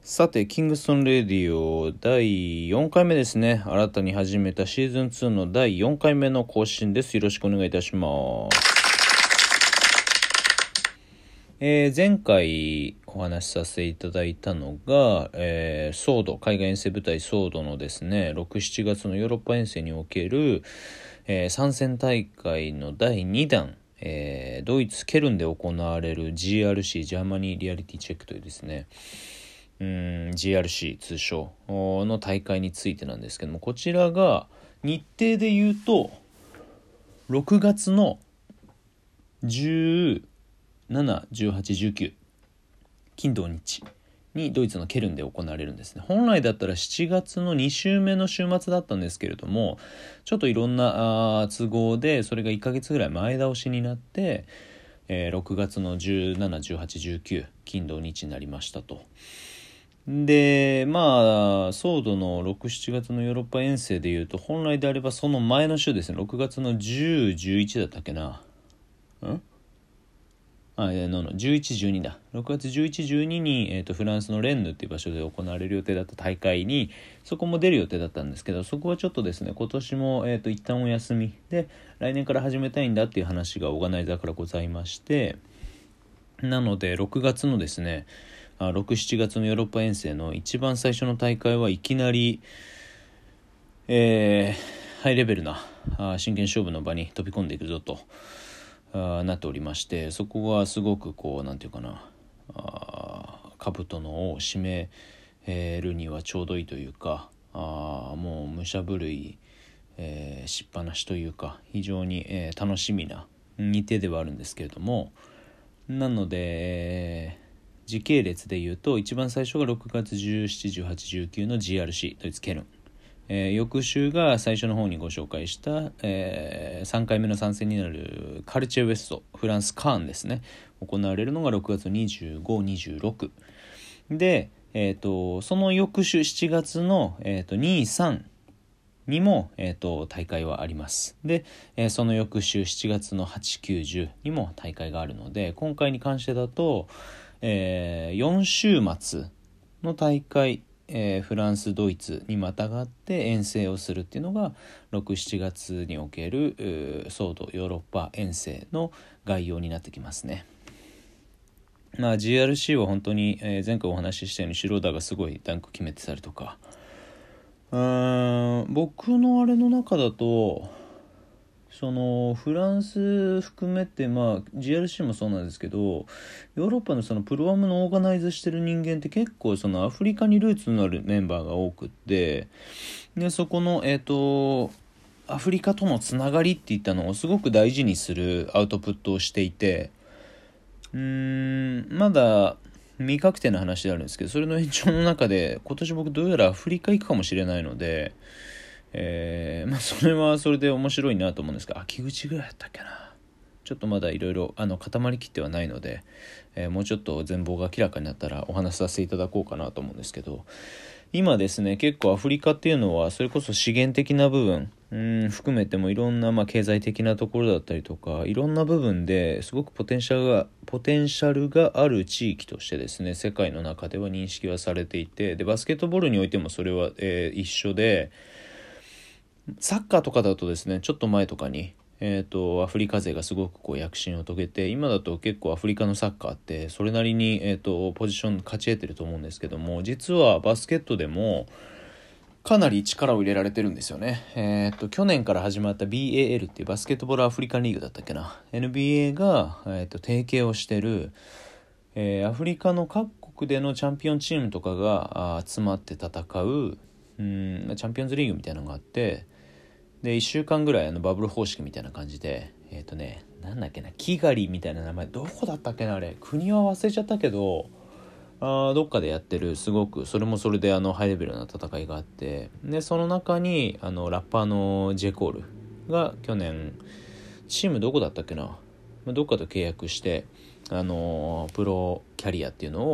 さて、キングストンレディオ第4回目ですね。新たに始めたシーズン2の第4回目の更新です。よろしくお願いいたします。前回お話しさせていただいたのが、ソード、海外遠征部隊ソードのですね、6、7月のヨーロッパ遠征における、参戦大会の第2弾、ドイツ・ケルンで行われる GRC、ジャーマニーリアリティチェックというですね、GRC 通称の大会についてなんですけども、こちらが日程で言うと6月の17、18、19金土日にドイツのケルンで行われるんですね。本来だったら7月の2週目の週末だったんですけれども、ちょっといろんな都合でそれが1ヶ月ぐらい前倒しになって、6月の17、18、19金土日になりましたと。でソードの6、7月のヨーロッパ遠征でいうと、本来であればその前の週ですね、6月の10、11だったっけな、11、12だ、6月11、12に、フランスのレンヌっていう場所で行われる予定だった大会にそこも出る予定だったんですけど、そこはちょっとですね、今年も、一旦お休みで来年から始めたいんだっていう話がオーガナイザーからございまして、なので6月のですね6、7月のヨーロッパ遠征の一番最初の大会はいきなり、ハイレベルな真剣勝負の場に飛び込んでいくぞとなっておりまして、そこはすごくなんていうかな、兜の尾を締めるにはちょうどいいというか、もう武者震い、しっぱなしというか、非常に、楽しみな日程ではあるんですけれども、なので、時系列でいうと一番最初が6月17、18、19の GRC ドイツケルン、翌週が最初の方にご紹介した、3回目の参戦になるカルチェウエストフランスカーンですね、行われるのが6月25、26で、その翌週7月の、2、3にも、大会はあります。で、その翌週7月の8、9、10にも大会があるので、今回に関してだと、4週末の大会、フランス、ドイツにまたがって遠征をするっていうのが6、7月におけるソードヨーロッパ遠征の概要になってきますね。GRC は本当に、前回お話ししたようにシュローダーがすごいダンク決めてたりとか、僕のあれの中だとそのフランス含めて、GRC もそうなんですけど、ヨーロッパのそのプロアムのオーガナイズしてる人間って結構そのアフリカにルーツのあるメンバーが多くって、でそこのアフリカとのつながりっていったのをすごく大事にするアウトプットをしていて、まだ未確定な話であるんですけど、それの延長の中で今年僕どうやらアフリカ行くかもしれないので、それはそれで面白いなと思うんですが、秋口ぐらいだったっけな、ちょっとまだいろいろ固まりきってはないので、もうちょっと全貌が明らかになったらお話しさせていただこうかなと思うんですけど、今ですね、結構アフリカっていうのはそれこそ資源的な部分含めてもいろんな経済的なところだったりとか、いろんな部分ですごくポテンシャルがある地域としてですね、世界の中では認識はされていて、でバスケットボールにおいてもそれは、一緒で、サッカーとかだとですね、ちょっと前とかにアフリカ勢がすごく躍進を遂げて、今だと結構アフリカのサッカーってそれなりに、ポジション勝ち得てると思うんですけども、実はバスケットでもかなり力を入れられてるんですよね。去年から始まった BAL っていうバスケットボールアフリカンリーグだったっけな、 NBA が、提携をしてる、アフリカの各国でのチャンピオンチームとかが集まって戦うチャンピオンズリーグみたいなのがあって、で1週間ぐらいバブル方式みたいな感じで、なんだっけな、キガリみたいな名前、どこだったっけな、あれ国は忘れちゃったけど、どっかでやってる、すごくそれもそれでハイレベルな戦いがあって、でその中にラッパーの J. コールが去年チームどこだったっけな、どっかと契約してプロキャリアっていうの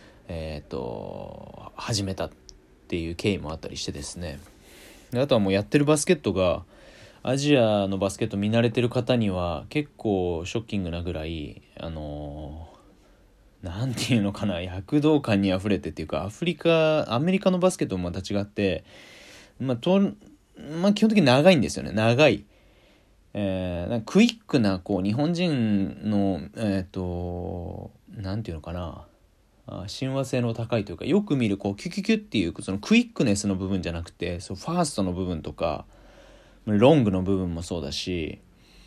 を、始めたっていう経緯もあったりしてですね、あとはもうやってるバスケットがアジアのバスケット見慣れてる方には結構ショッキングなぐらいなんていうのかな、躍動感にあふれてっていうか、アメリカのバスケともまた違って、基本的に長いんですよね。長い。なんかクイックな、こう、日本人の、なんていうのかな、親和性の高いというか、よく見る、こう、キュキュキュっていう、そのクイックネスの部分じゃなくて、ファーストの部分とか、ロングの部分もそうだし、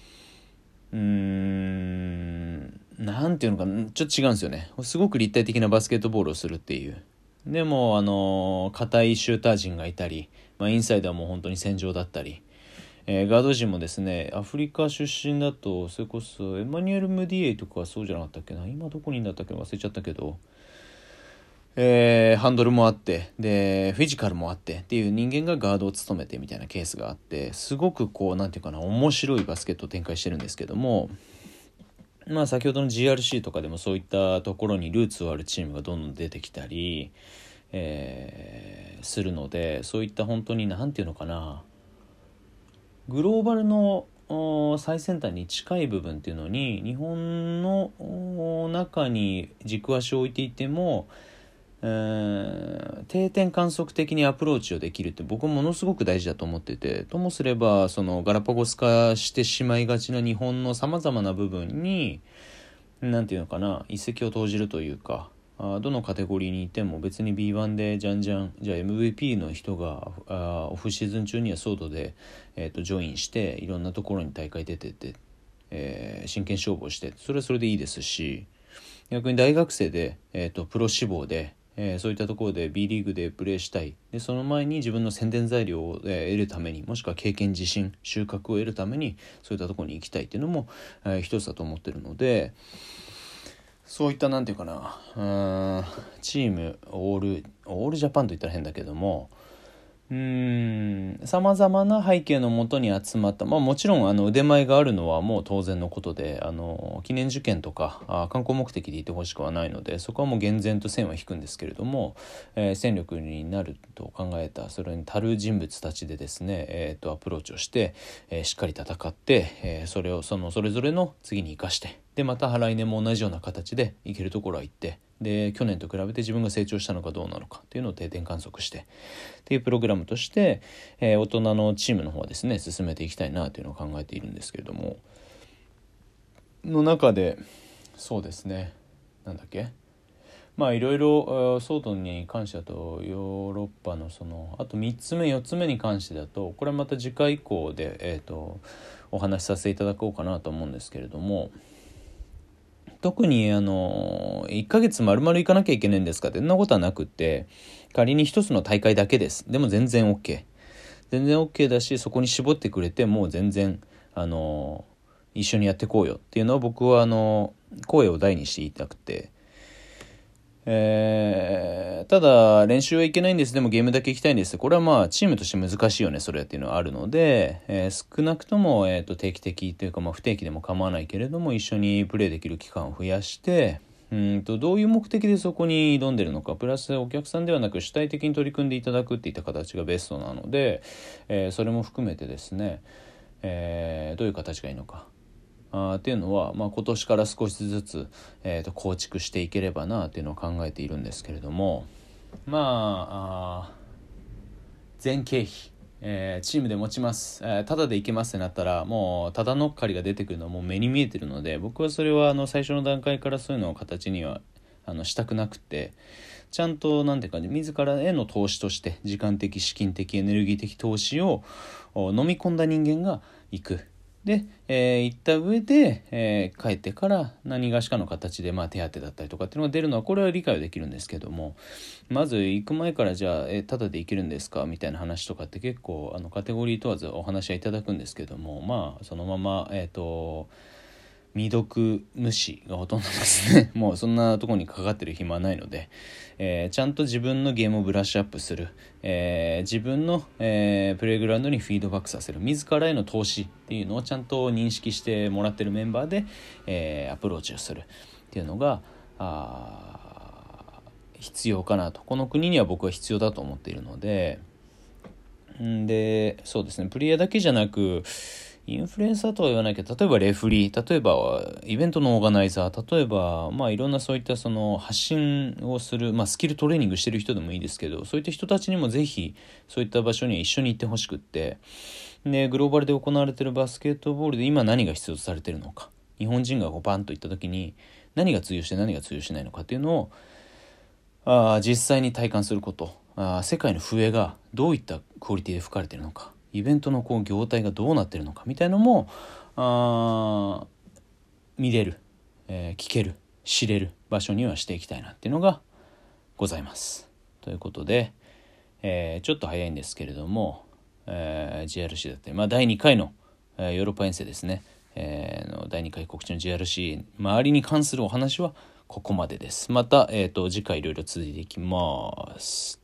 なんていうのかな、ちょっと違うんですよね。すごく立体的なバスケットボールをするっていう。でも、硬いシューター陣がいたり、インサイドはもう本当に戦場だったり、ガード陣もですね、アフリカ出身だと、それこそエマニュエル・ムディエイとかはそうじゃなかったっけな、今どこにいんだったっけ忘れちゃったけど、ハンドルもあって、でフィジカルもあってっていう人間がガードを務めてみたいなケースがあって、すごくこうなんていうかな、面白いバスケットを展開してるんですけども、先ほどの GRC とかでもそういったところにルーツをあるチームがどんどん出てきたり、するので、そういった本当になんていうのかな、グローバルの最先端に近い部分っていうのに日本の中に軸足を置いていても、定点観測的にアプローチをできるって僕はものすごく大事だと思ってて、ともすればそのガラパゴス化してしまいがちな日本のさまざまな部分になんていうのかな、一石を投じるというか、どのカテゴリーにいても別に B1 でじゃあ MVP の人がオフシーズン中にはソードで、ジョインしていろんなところに大会出てって、真剣勝負をして、それはそれでいいですし、逆に大学生で、プロ志望で、そういったところで B リーグでプレーしたい、でその前に自分の宣伝材料を、得るために、もしくは経験自信収穫を得るためにそういったところに行きたいっていうのも、一つだと思ってるので、そういったなんていうかな、チームオールジャパンと言ったら変だけども、さまざまな背景のもとに集まった、もちろん腕前があるのはもう当然のことで、記念受験とか観光目的でいてほしくはないので、そこはもう厳然と線は引くんですけれども、戦力になると考えたそれに足る人物たちでですね、アプローチをして、しっかり戦って、それをそれぞれの次に生かして、でまた来年も同じような形で行けるところは行って、で去年と比べて自分が成長したのかどうなのかっていうのを定点観測してっていうプログラムとして、大人のチームの方はですね進めていきたいなというのを考えているんですけれども、の中でそうですね、なんだっけ、いろいろソードに関してだとヨーロッパのあと3つ目4つ目に関してだと、これはまた次回以降で、お話しさせていただこうかなと思うんですけれども、特に1ヶ月丸々行かなきゃいけないんですかって、そんなことはなくって、仮に一つの大会だけです。でも全然 OK。全然 OK だし、そこに絞ってくれてもう全然一緒にやってこうよっていうのは僕は声を大にして言いたくて、ただ練習はいけないんです、でもゲームだけ行きたいんです、これはチームとして難しいよねそれっていうのはあるので、少なくとも、定期的というか不定期でも構わないけれども一緒にプレーできる期間を増やして、どういう目的でそこに挑んでるのか、プラスお客さんではなく主体的に取り組んでいただくっていった形がベストなので、それも含めてですね、どういう形がいいのかっていうのは、今年から少しずつ、構築していければなっていうのを考えているんですけれども、全経費、チームで持ちます、ただでいけますってなったらもうただ乗っかりが出てくるのはもう目に見えてるので、僕はそれは最初の段階からそういうのを形にはしたくなくて、ちゃんとなんていうか自らへの投資として時間的資金的エネルギー的投資を飲み込んだ人間が行く。で、行った上で、帰ってから何がしかの形で、手当だったりとかっていうのが出るのはこれは理解はできるんですけども、まず行く前からじゃあ、タダで行けるんですかみたいな話とかって結構カテゴリー問わずお話はいただくんですけども、そのまま未読無視がほとんどですねもうそんなところにかかってる暇はないので、ちゃんと自分のゲームをブラッシュアップする、自分の、プレイグラウンドにフィードバックさせる、自らへの投資っていうのをちゃんと認識してもらってるメンバーで、アプローチをするっていうのが必要かなと、この国には僕は必要だと思っているので、そうですね、プレイヤーだけじゃなくインフルエンサーとは言わないけど、例えばレフリー、例えばイベントのオーガナイザー、例えばいろんなそういったその発信をする、スキルトレーニングしてる人でもいいですけど、そういった人たちにもぜひそういった場所には一緒に行ってほしくって、でグローバルで行われているバスケットボールで今何が必要とされているのか、日本人がバンといった時に何が通用して何が通用しないのかっていうのを実際に体感すること、世界の笛がどういったクオリティで吹かれているのか、イベントの業態がどうなっているのかみたいのも見れる、聞ける、知れる場所にはしていきたいなっていうのがございます。ということで、ちょっと早いんですけれども、GRC だって、第2回の、ヨーロッパ遠征ですね、の第2回告知の GRC 周りに関するお話はここまでです。また、次回いろいろ続いていきます。